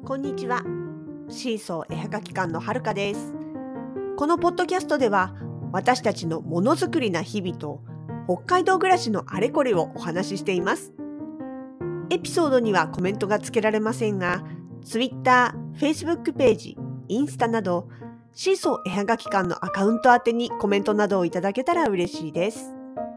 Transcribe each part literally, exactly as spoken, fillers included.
こんにちは。シーソー絵はがき館のはるかです。このポッドキャストでは、私たちのものづくりな日々と北海道暮らしのあれこれをお話ししています。エピソードにはコメントがつけられませんが、Twitter、Facebook ページ、インスタなどシーソー絵はがき館のアカウント宛てにコメントなどをいただけたら嬉しいです。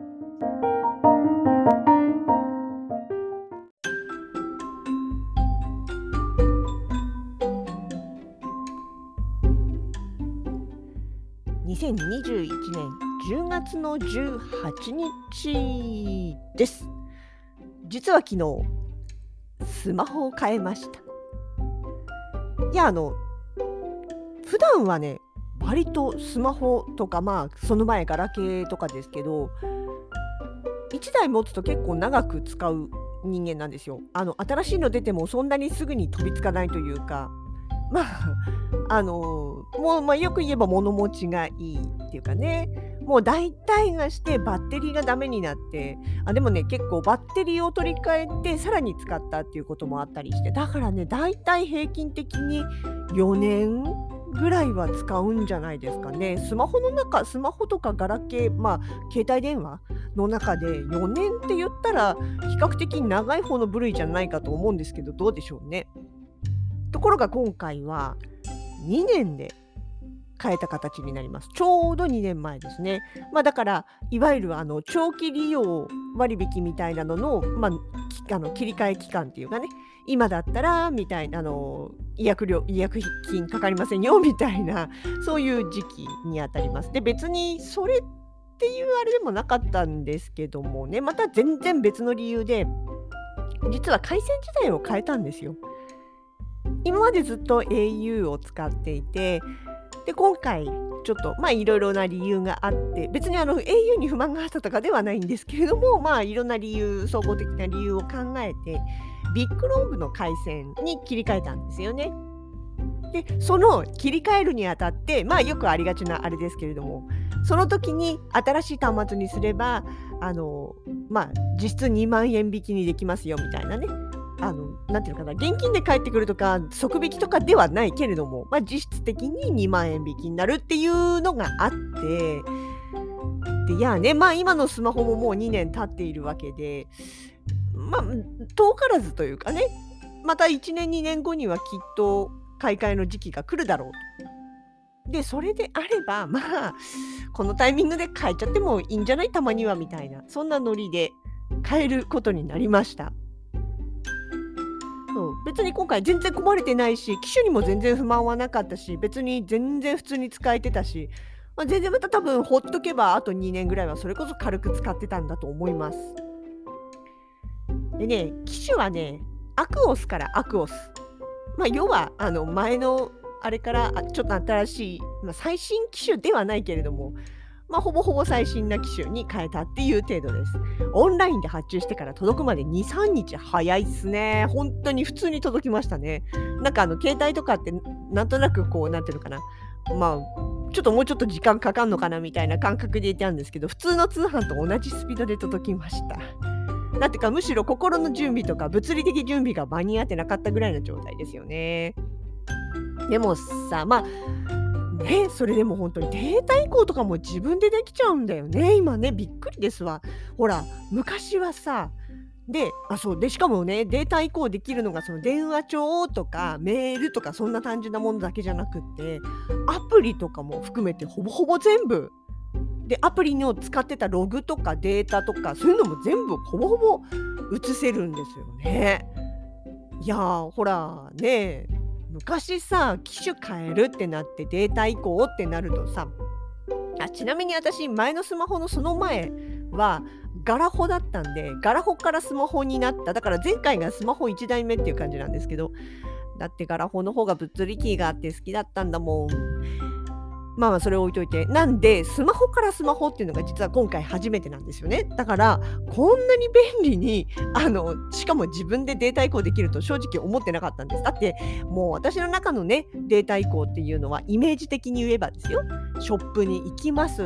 にせんにじゅういちねんじゅうがつのじゅうはちにちです。実は昨日スマホを変えました。いやあの普段はね割とスマホとかまあその前ガラケーとかですけど、いちだい持つと結構長く使う人間なんですよ。あの新しいの出てもそんなにすぐに飛びつかないというか、まああのもう、まあ、よく言えば物持ちがいいっていうかね、もう大体がしてバッテリーがダメになって、あでもね結構バッテリーを取り替えてさらに使ったっていうこともあったりして、だからね大体平均的によねんぐらいは使うんじゃないですかね。スマホの中、スマホとかガラケー、まあ携帯電話の中でよねんって言ったら比較的長い方の部類じゃないかと思うんですけど、どうでしょうね。ところが今回はにねんで変えた形になります。ちょうどにねんまえですね。まあだからいわゆるあの長期利用割引みたいなのの、まあ、きあの切り替え期間っていうかね、今だったらみたいなあの医薬料医薬金かかりませんよみたいな、そういう時期にあたります。で別にそれっていうあれでもなかったんですけどもね、また全然別の理由で実は回線自体を変えたんですよ。今までずっと エーユー を使っていて、で今回ちょっとまあいろいろな理由があって、別にあの エーユー に不満があったとかではないんですけれども、まあいろんな理由、総合的な理由を考えてビッグローブの回線に切り替えたんですよね。でその切り替えるにあたって、まあよくありがちなあれですけれども、その時に新しい端末にすればあのまあ実質にまんえん引きにできますよみたいなね、あのなんていうのかな、現金で返ってくるとか即引きとかではないけれども、まあ、実質的ににまんえん引きになるっていうのがあって、でいやね、まあ今のスマホももうにねん経っているわけで、まあ遠からずというかね、またいちねんにねんごにはきっと買い替えの時期が来るだろうと。でそれであればまあこのタイミングで変えちゃってもいいんじゃない、たまにはみたいな、そんなノリで変えることになりました。そう、別に今回全然壊れてないし、機種にも全然不満はなかったし、別に全然普通に使えてたし、まあ、全然また多分ほっとけばあとにねんぐらいはそれこそ軽く使ってたんだと思います。でね、機種はね、アクオスからアクオス。まあ要はあの前のあれからあちょっと新しい、まあ、最新機種ではないけれども、まあ、ほぼほぼ最新な機種に変えたっていう程度です。オンラインで発注してから届くまでに、さんにち早いっすね。本当に普通に届きましたね。なんかあの携帯とかってなんとなくこうなんていうのかな、まあちょっともうちょっと時間かかんのかなみたいな感覚でいたんですけど、普通の通販と同じスピードで届きました。なんていうかむしろ心の準備とか物理的準備が間に合ってなかったぐらいの状態ですよね。でもさ、まあね、それでも本当にデータ移行とかも自分でできちゃうんだよね。今ね、びっくりですわ。ほら、昔はさ、で、あ、そう、で、しかもね、データ移行できるのがその電話帳とかメールとかそんな単純なものだけじゃなくって、アプリとかも含めてほぼほぼ全部。で、アプリの使ってたログとかデータとかそういうのも全部ほぼほぼ移せるんですよね。いやー、ほら、ね、昔さ、機種変えるってなってデータ移行ってなるとさ、あちなみに私前のスマホのその前はガラホだったんで、ガラホからスマホになった。だから前回がスマホいちだいめっていう感じなんですけど、だってガラホの方が物理キーがあって好きだったんだもん。まあまあそれを置いといて、なんでスマホからスマホっていうのが実は今回初めてなんですよね。だからこんなに便利にあのしかも自分でデータ移行できると正直思ってなかったんです。だってもう私の中のねデータ移行っていうのはイメージ的に言えばですよ、ショップに行きます。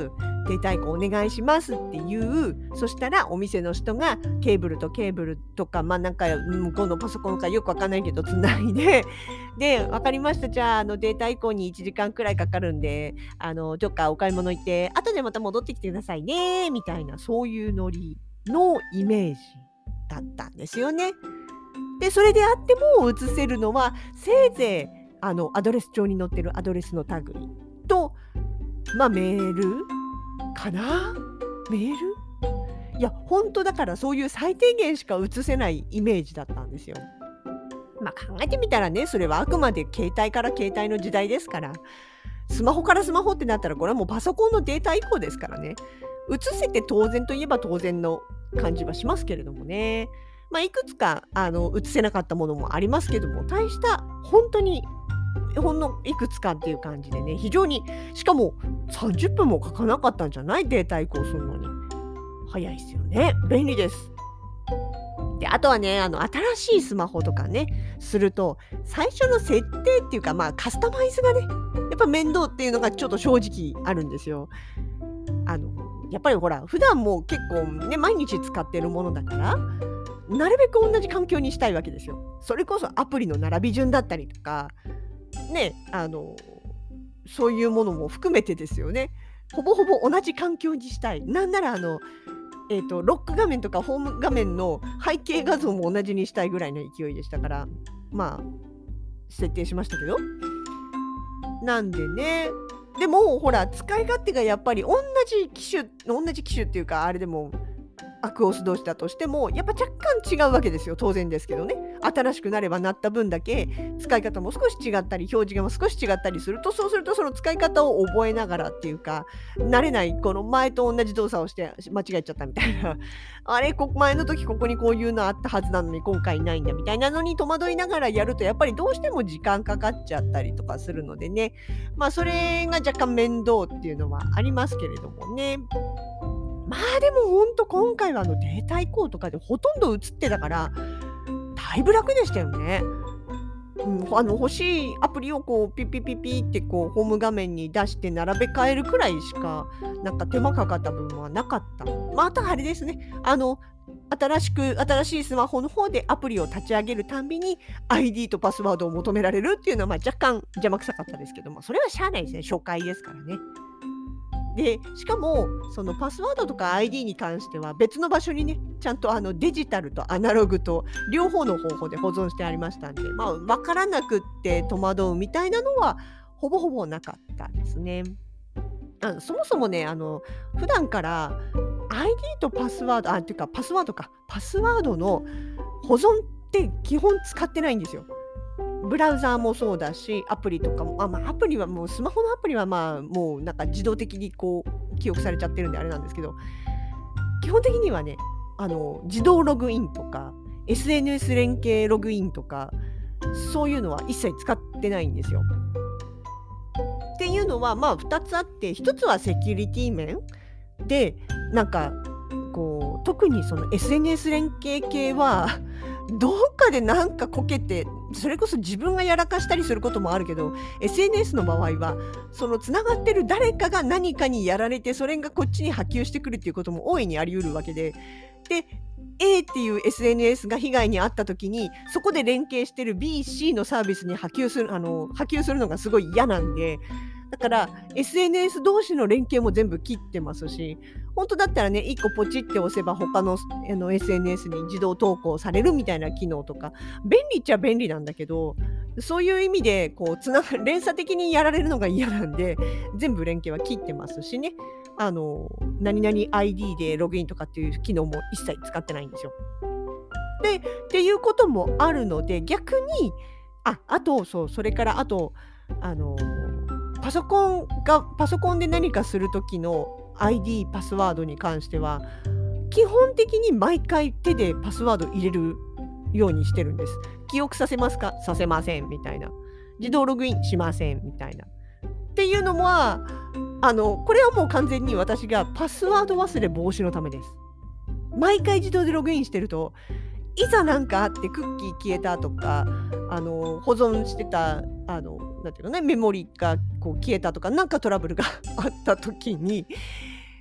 データ移行お願いしますっていう、そしたらお店の人がケーブルとケーブルとか、まあなんか向こうのパソコンかよくわかんないけどつないで、で、わかりました。じゃあ、あのデータ移行にいちじかんくらいかかるんで、あの、どっかお買い物行って、後でまた戻ってきてくださいね、みたいな、そういうノリのイメージだったんですよね。で、それであっても写せるのは、せいぜいあのアドレス帳に載ってるアドレスの類と、まあメールかな？メール？いや、本当だからそういう最低限しか写せないイメージだったんですよ。まあ考えてみたらね、それはあくまで携帯から携帯の時代ですから、スマホからスマホってなったら、これはもうパソコンのデータ移行ですからね。写せて当然といえば当然の感じはしますけれどもね。まあ、いくつかあの写せなかったものもありますけども、大した本当にほんのいくつかっていう感じでね、非常に、しかもさんじゅっぷんもかかなかったんじゃない？データ移行するのに。早いですよね。便利です。で、あとはね、あの新しいスマホとかね、すると、最初の設定っていうか、まあカスタマイズがね、やっぱ面倒っていうのがちょっと正直あるんですよ。あの、やっぱりほら、普段もう結構ね、毎日使ってるものだから、なるべく同じ環境にしたいわけですよ。それこそアプリの並び順だったりとか、ね、あの、そういうものも含めてですよね。ほぼほぼ同じ環境にしたい。なんならあの、えっと、ロック画面とかホーム画面の背景画像も同じにしたいぐらいの勢いでしたから、まあ、設定しましたけど。なんでね、でもほら、使い勝手がやっぱり同じ機種同じ機種っていうか、あれでもアクオス同士だとしても、やっぱ若干違うわけですよ。当然ですけどね。新しくなればなった分だけ、使い方も少し違ったり、表示が少し違ったりすると、そうするとその使い方を覚えながらっていうか、慣れない、この前と同じ動作をして間違えちゃったみたいな。あれ、こ前の時ここにこういうのあったはずなのに今回ないんだみたいなのに戸惑いながらやると、やっぱりどうしても時間かかっちゃったりとかするのでね。まあそれが若干面倒っていうのはありますけれどもね。まあでもほんと今回はあのデータ移行とかでほとんど映ってたから、だいぶ楽でしたよね。うん、あの欲しいアプリをこうピッピッピッピッってこうホーム画面に出して並べ替えるくらいしか、なんか手間かかった部分はなかった。またあれですね、あの新しく新しいスマホの方でアプリを立ち上げるたんびに アイディー とパスワードを求められるっていうのは、まあ、若干邪魔くさかったですけども、それはしゃあないですね。初回ですからね。で、しかも、そのパスワードとか アイディー に関しては別の場所にね、ちゃんとあのデジタルとアナログと両方の方法で保存してありましたんで、まあ、わからなくって戸惑うみたいなのはほぼほぼなかったですね。あのそもそもね、あの普段から アイディー とパスワード、あ、っていうかパスワードか、パスワードの保存って基本使ってないんですよ。ブラウザーもそうだし、アプリとかも、あ、まあ、アプリはもうスマホのアプリはまあ、もうなんか自動的にこう記憶されちゃってるんであれなんですけど、基本的にはね、あの自動ログインとか、エスエヌエス 連携ログインとか、そういうのは一切使ってないんですよ。っていうのは、まあふたつあって、ひとつはセキュリティ面で、なんかこう特にその エスエヌエス 連携系はどっかでなんかこけて、それこそ自分がやらかしたりすることもあるけど、 エスエヌエス の場合はそのつながってる誰かが何かにやられて、それがこっちに波及してくるっていうことも大いにあり得るわけで、で A っていう エスエヌエス が被害に遭った時に、そこで連携してる ビー、シー のサービスに波及するあの波及するのがすごい嫌なんで、だから エスエヌエス 同士の連携も全部切ってますし、本当だったらね、いっこポチって押せば他のあの エスエヌエス に自動投稿されるみたいな機能とか、便利っちゃ便利なんだけど、そういう意味でこうつなが連鎖的にやられるのが嫌なんで、全部連携は切ってますしね。あの何々 アイディー でログインとかっていう機能も一切使ってないんですよ。で、っていうこともあるので、逆に、あ、あと、そう、それからあと、あの、パソコンが、パソコンで何かするときの アイディー、パスワードに関しては、基本的に毎回手でパスワード入れるようにしてるんです。記憶させますか？させませんみたいな。自動ログインしませんみたいな。っていうのは、あの、これはもう完全に私がパスワード忘れ防止のためです。毎回自動でログインしてると、いざなんかあってクッキー消えたとか、あの保存してたあのなんていうのね、メモリがこう消えたとか、なんかトラブルがあった時に、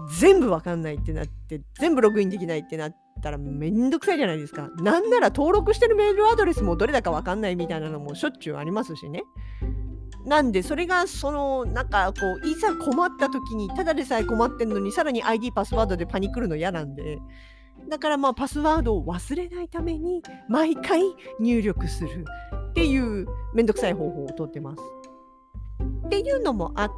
全部わかんないってなって、全部ログインできないってなったらめんどくさいじゃないですか。なんなら登録してるメールアドレスもどれだかわかんないみたいなのもしょっちゅうありますしね。なんでそれがそのなんかこういざ困った時にただでさえ困ってんのにさらに アイディー パスワードでパニクるの嫌なんで、だからまあパスワードを忘れないために毎回入力するっていうめんどくさい方法をとってます。っていうのもあって、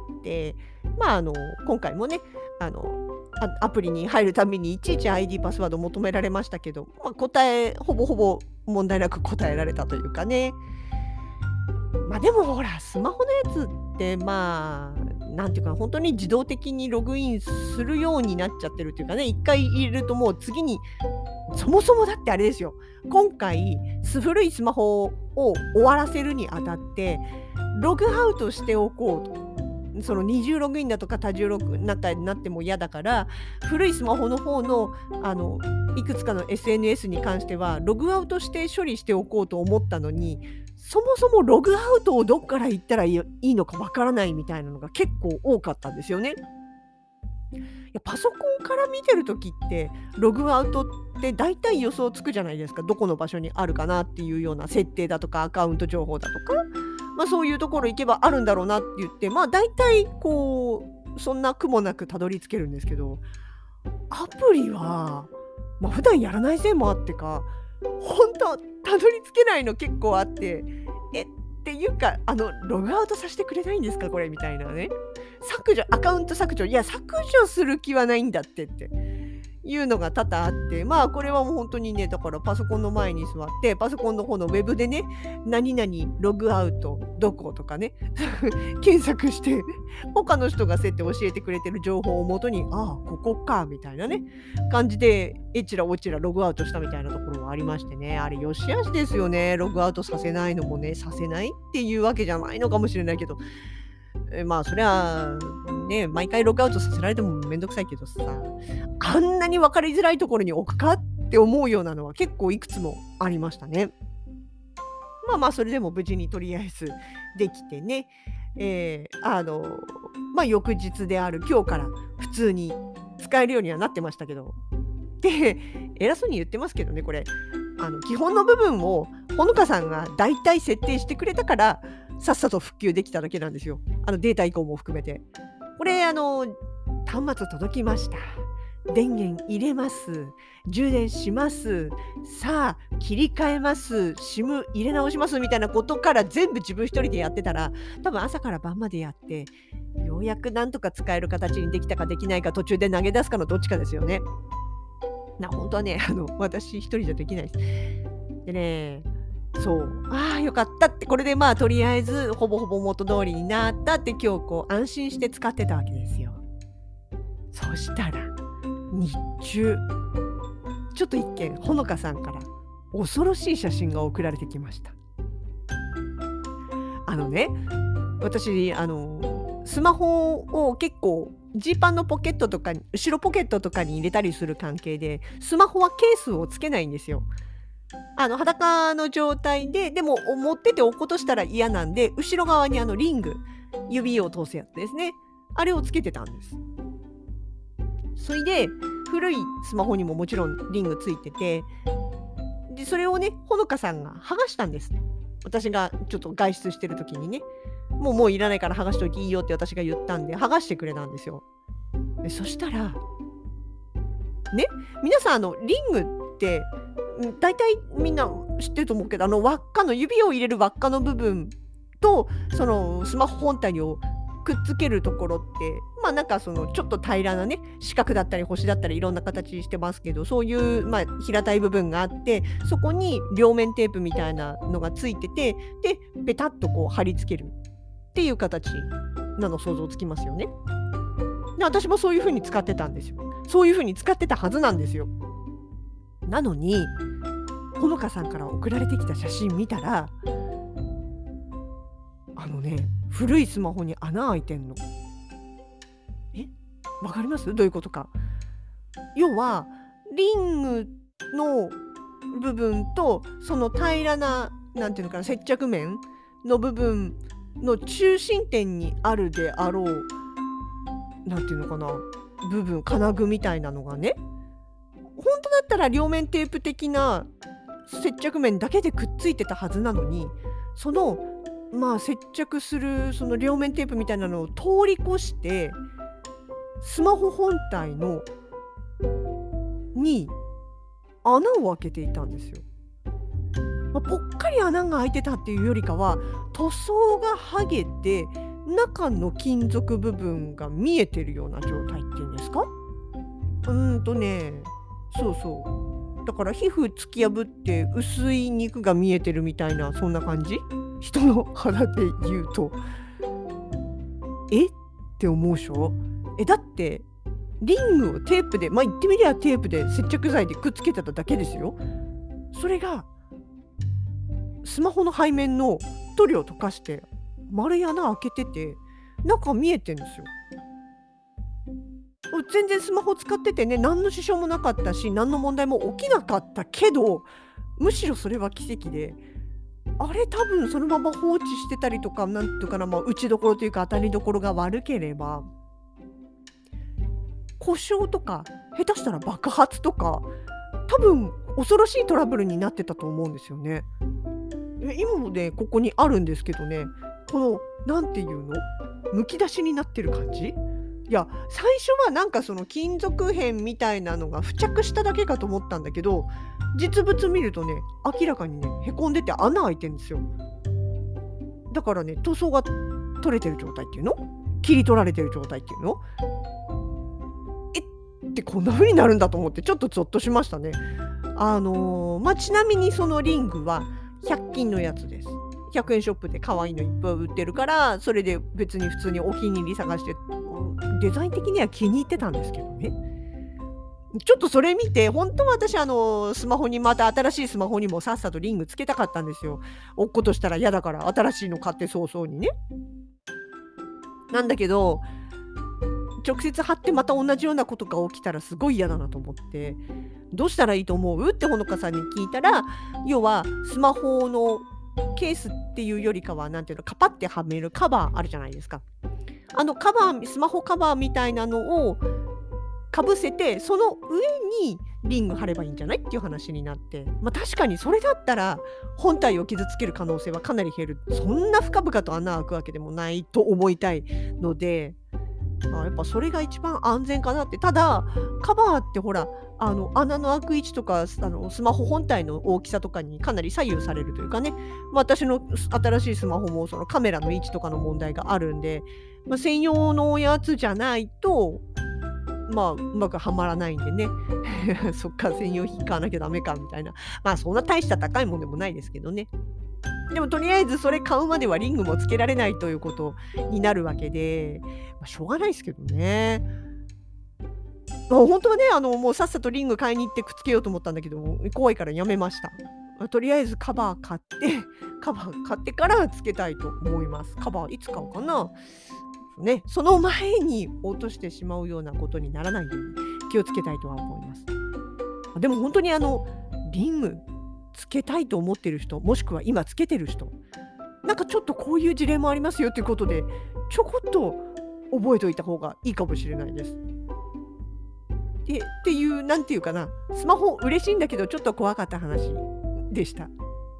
まああの今回もねあのアアプリに入るたびにいちいち アイディー パスワード求められましたけど、まあ、答えほぼほぼ問題なく答えられたというかね。まあでもほらスマホのやつってまあなんていうか本当に自動的にログインするようになっちゃってるっていうかね、一回入れるともう次にそもそもだってあれですよ、今回す古いスマホを終わらせるにあたってログアウトしておこうと、その二重ログインだとか多重ログインなんかになっても嫌だから、古いスマホの方のあのいくつかの エスエヌエス に関してはログアウトして処理しておこうと思ったのに、そもそもログアウトをどっから言ったらいいいいのかわからないみたいなのが結構多かったんですよね。いやパソコンから見てるときってログアウトって大体予想つくじゃないですか。どこの場所にあるかなっていうような設定だとかアカウント情報だとか、まあ、そういうところ行けばあるんだろうなって言って、まあ大体こうそんな苦もなくたどり着けるんですけど、アプリは、まあ、普段やらないせいもあってか本当たどり着けないの結構あって、えっていうかあのログアウトさせてくれないんですかこれみたいなね。削除アカウント削除いや削除する気はないんだってっていうのが多々あって、まあこれはもう本当にね、だからパソコンの前に座ってパソコンの方のウェブでね何々ログアウトどことかね検索して他の人がそうやって教えてくれてる情報をもとに、ああここかみたいなね感じでえちらおちらログアウトしたみたいなところもありましてね、あれよしあしですよね。ログアウトさせないのもね、させないっていうわけじゃないのかもしれないけど、えまあそりゃね毎回ログアウトさせられてもめんどくさいけどさ、あんなに分かりづらいところに置くかって思うようなのは結構いくつもありましたね。まあまあそれでも無事にとりあえずできてね、えーあのまあ翌日である今日から普通に使えるようにはなってましたけど、で偉そうに言ってますけどね、これあの基本の部分をほのかさんがだいたい設定してくれたからさっさと復旧できただけなんですよ。あのデータ移行も含めて。これあの端末届きました。電源入れます。充電します。さあ切り替えます。SIM 入れ直しますみたいなことから全部自分一人でやってたら、多分朝から晩までやってようやくなんとか使える形にできたかできないか途中で投げ出すかのどっちかですよね。な本当はねあの私一人じゃできないです。でねそうああよかったって、これでまあとりあえずほぼほぼ元通りになったって今日こう安心して使ってたわけですよ。そしたら日中ちょっと一見ほのかさんから恐ろしい写真が送られてきました。あのね私あのスマホを結構ジーパンのポケットとかに後ろポケットとかに入れたりする関係でスマホはケースをつけないんですよ。あの裸の状態ででも持ってて落っことしたら嫌なんで後ろ側にあのリング指を通すやつですね、あれをつけてたんです。それで古いスマホにももちろんリングついてて、でそれをねほのかさんが剥がしたんです。私がちょっと外出してる時にね、もうもういらないから剥がしといていいよって私が言ったんで剥がしてくれたんですよ。でそしたらね皆さんあのリングって大体みんな知ってると思うけど、あの輪っかの指を入れる輪っかの部分とそのスマホ本体をくっつけるところってまあなんかそのちょっと平らなね四角だったり星だったりいろんな形してますけど、そういうまあ平たい部分があってそこに両面テープみたいなのがついてて、でペタッとこう貼り付けるっていう形なの想像つきますよね。で私もそういう風に使ってたんですよ。そういう風に使ってたはずなんですよ。なのにほのかさんから送られてきた写真見たらあのね古いスマホに穴開いてんの。えわかりますどういうことか。要はリングの部分とその平らななんていうのかな接着面の部分の中心点にあるであろうなんていうのかな部分、金具みたいなのがね、本当だったら両面テープ的な接着面だけでくっついてたはずなのに、そのまあ接着するその両面テープみたいなのを通り越してスマホ本体のに穴を開けていたんですよ。まあ、ぽっかり穴が開いてたっていうよりかは、塗装が剥げて中の金属部分が見えてるような状態っていうんですか。うーんとねそうそうだから皮膚突き破って薄い肉が見えてるみたいな、そんな感じ。人の肌で言うとえって思うでしょ。えだってリングをテープで、まあ言ってみりゃテープで接着剤でくっつけてただけですよ。それがスマホの背面の塗料溶かして丸い穴開けてて中見えてんですよ。全然スマホ使っててね、何の支障もなかったし何の問題も起きなかったけど、むしろそれは奇跡で、あれ多分そのまま放置してたりとか、なんていうかな、まあ、打ちどころというか当たりどころが悪ければ故障とか下手したら爆発とか多分恐ろしいトラブルになってたと思うんですよね。え今もねここにあるんですけどね、このなんていうのむき出しになってる感じ。いや最初はなんかその金属片みたいなのが付着しただけかと思ったんだけど、実物見るとね明らかにねへこんでて穴開いてるんですよ。だからね塗装が取れてる状態っていうの、切り取られてる状態っていうの、えってこんな風になるんだと思ってちょっとゾッとしましたね。あのー、まあちなみにそのリングはひゃく均のやつです。ひゃくえんショップで可愛いのいっぱい売ってるから、それで別に普通にお気に入り探して、デザイン的には気に入ってたんですけどね。ちょっとそれ見て、本当は私あのスマホにまた新しいスマホにもさっさとリングつけたかったんですよ。落っことしたら嫌だから新しいの買って早々にね。なんだけど直接貼ってまた同じようなことが起きたらすごい嫌だなと思って、どうしたらいいと思うってほのかさんに聞いたら、要はスマホのケースっていうよりかはなんていうの、カパってはめるカバーあるじゃないですか。あのカバー、スマホカバーみたいなのをかぶせて、その上にリング貼ればいいんじゃないっていう話になって、まあ、確かにそれだったら本体を傷つける可能性はかなり減る。そんな深々と穴開くわけでもないと思いたいので、まあ、やっぱそれが一番安全かなって。ただカバーってほらあの穴の開く位置とかあのスマホ本体の大きさとかにかなり左右されるというかね、まあ、私の新しいスマホもそのカメラの位置とかの問題があるんで、まあ、専用のやつじゃないとまあうまくはまらないんでねそっか専用品買わなきゃダメかみたいな、まあそんな大した高いもんでもないですけどね。でもとりあえずそれ買うまではリングもつけられないということになるわけで、まあ、しょうがないですけどね。まあ、本当はねあのもうさっさとリング買いに行ってくっつけようと思ったんだけど怖いからやめました。まあ、とりあえずカバー買ってカバー買ってからつけたいと思います。カバーいつ買おうかな、ね、その前に落としてしまうようなことにならないように気をつけたいとは思います。でも本当にあのリングつけたいと思ってる人、もしくは今つけてる人、なんかちょっとこういう事例もありますよということでちょこっと覚えておいた方がいいかもしれないです。でっていうなんていうかな、スマホ嬉しいんだけどちょっと怖かった話でした。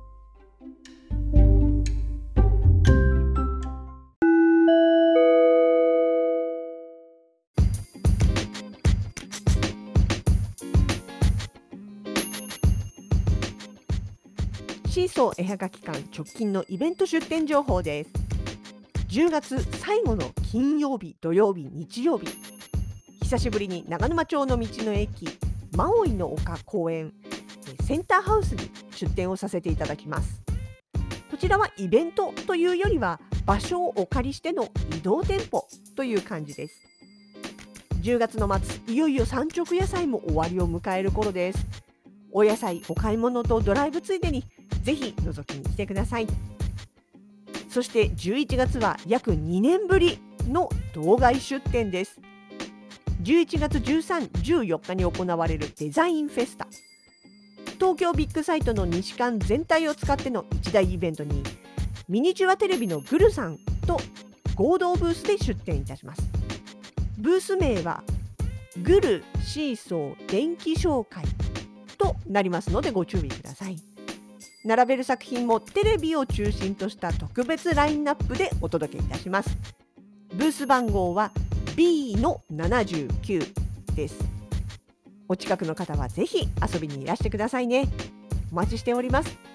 シーソー絵はがき館直近のイベント出店情報です。じゅうがつ最後の金曜日、土曜日、日曜日、久しぶりに長沼町の道の駅マオイの丘公園センターハウスに出店をさせていただきます。こちらはイベントというよりは場所をお借りしての移動店舗という感じです。じゅうがつの末、いよいよ産直野菜も終わりを迎える頃です。お野菜お買い物とドライブついでにぜひ覗きに来てください。そしてじゅういちがつは約にねんぶりの道外出店です。じゅういちがつじゅうさん、じゅうよっかに行われるデザインフェスタ、東京ビッグサイトの西館全体を使っての一大イベントにミニチュアテレビのグルさんと合同ブースで出展いたします。ブース名はグルシーソー電気紹介となりますのでご注意ください。並べる作品もテレビを中心とした特別ラインナップでお届けいたします。ブース番号は ビー のななじゅうきゅうです。お近くの方はぜひ遊びにいらしてくださいね。お待ちしております。